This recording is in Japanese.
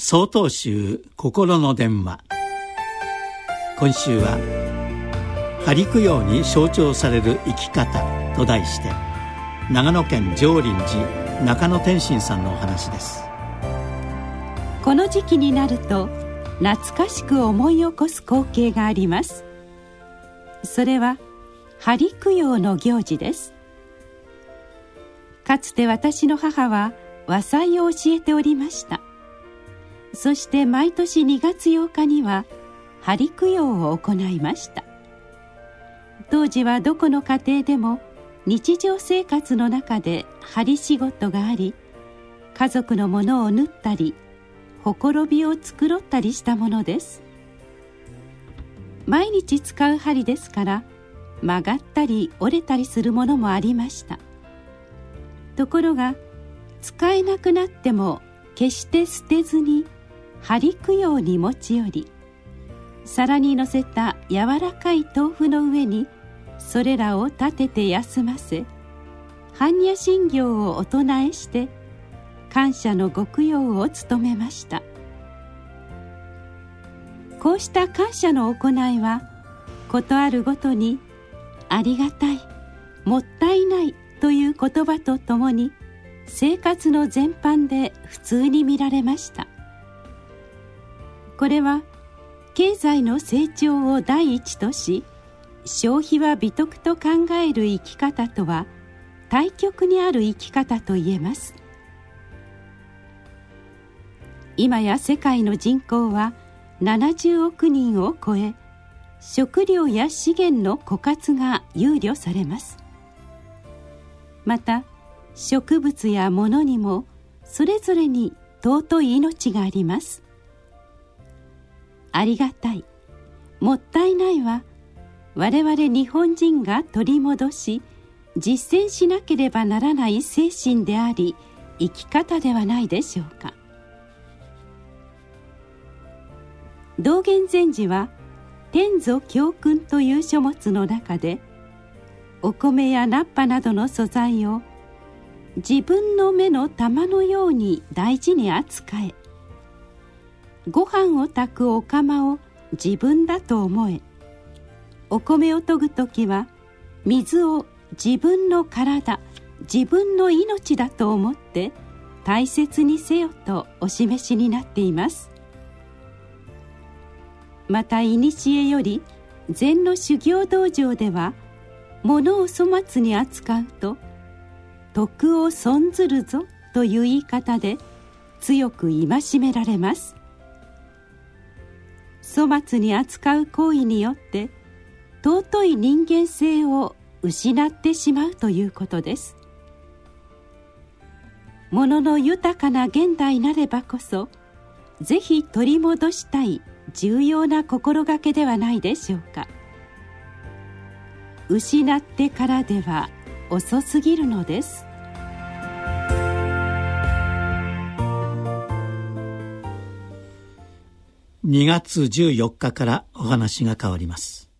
曹洞宗心の電話。今週は針供養に象徴される生き方と題して、長野県浄林寺中野天心さんのお話です。 この時期になると懐かしく思い起こす光景があります。それは針供養の行事です。かつて私の母は和裁を教えておりました。そして毎年2月8日には針供養を行いました。当時はどこの家庭でも日常生活の中で針仕事があり、家族のものを縫ったりほころびを繕ったりしたものです。毎日使う針ですから曲がったり折れたりするものもありました。ところが使えなくなっても決して捨てずに針供養に持ち寄り、皿にのせた柔らかい豆腐の上にそれらを立てて休ませ、般若心経をお唱えして感謝のご供養を務めました。こうした感謝の行いはことあるごとにありがたい、もったいないという言葉とともに生活の全般で普通に見られました。これは経済の成長を第一とし、消費は美徳と考える生き方とは対極にある生き方と言えます。今や世界の人口は70億人を超え、食料や資源の枯渇が憂慮されます。また植物や物にもそれぞれに尊い命があります。ありがたい、もったいないは我々日本人が取り戻し実践しなければならない精神であり、生き方ではないでしょうか。道元禅師は天祖教訓という書物の中で、お米や菜っ葉などの素材を自分の目の玉のように大事に扱え、ご飯を炊くお釜を自分だと思え、お米を研ぐときは水を自分の体、自分の命だと思って大切にせよとお示しになっています。また古より禅の修行道場では、物を粗末に扱うと徳を損ずるぞという言い方で強く戒められます。粗末に扱う行為によって尊い人間性を失ってしまうということです。物の豊かな現代なればこそ、ぜひ取り戻したい重要な心がけではないでしょうか。失ってからでは遅すぎるのです。 2月14日からお話が変わります。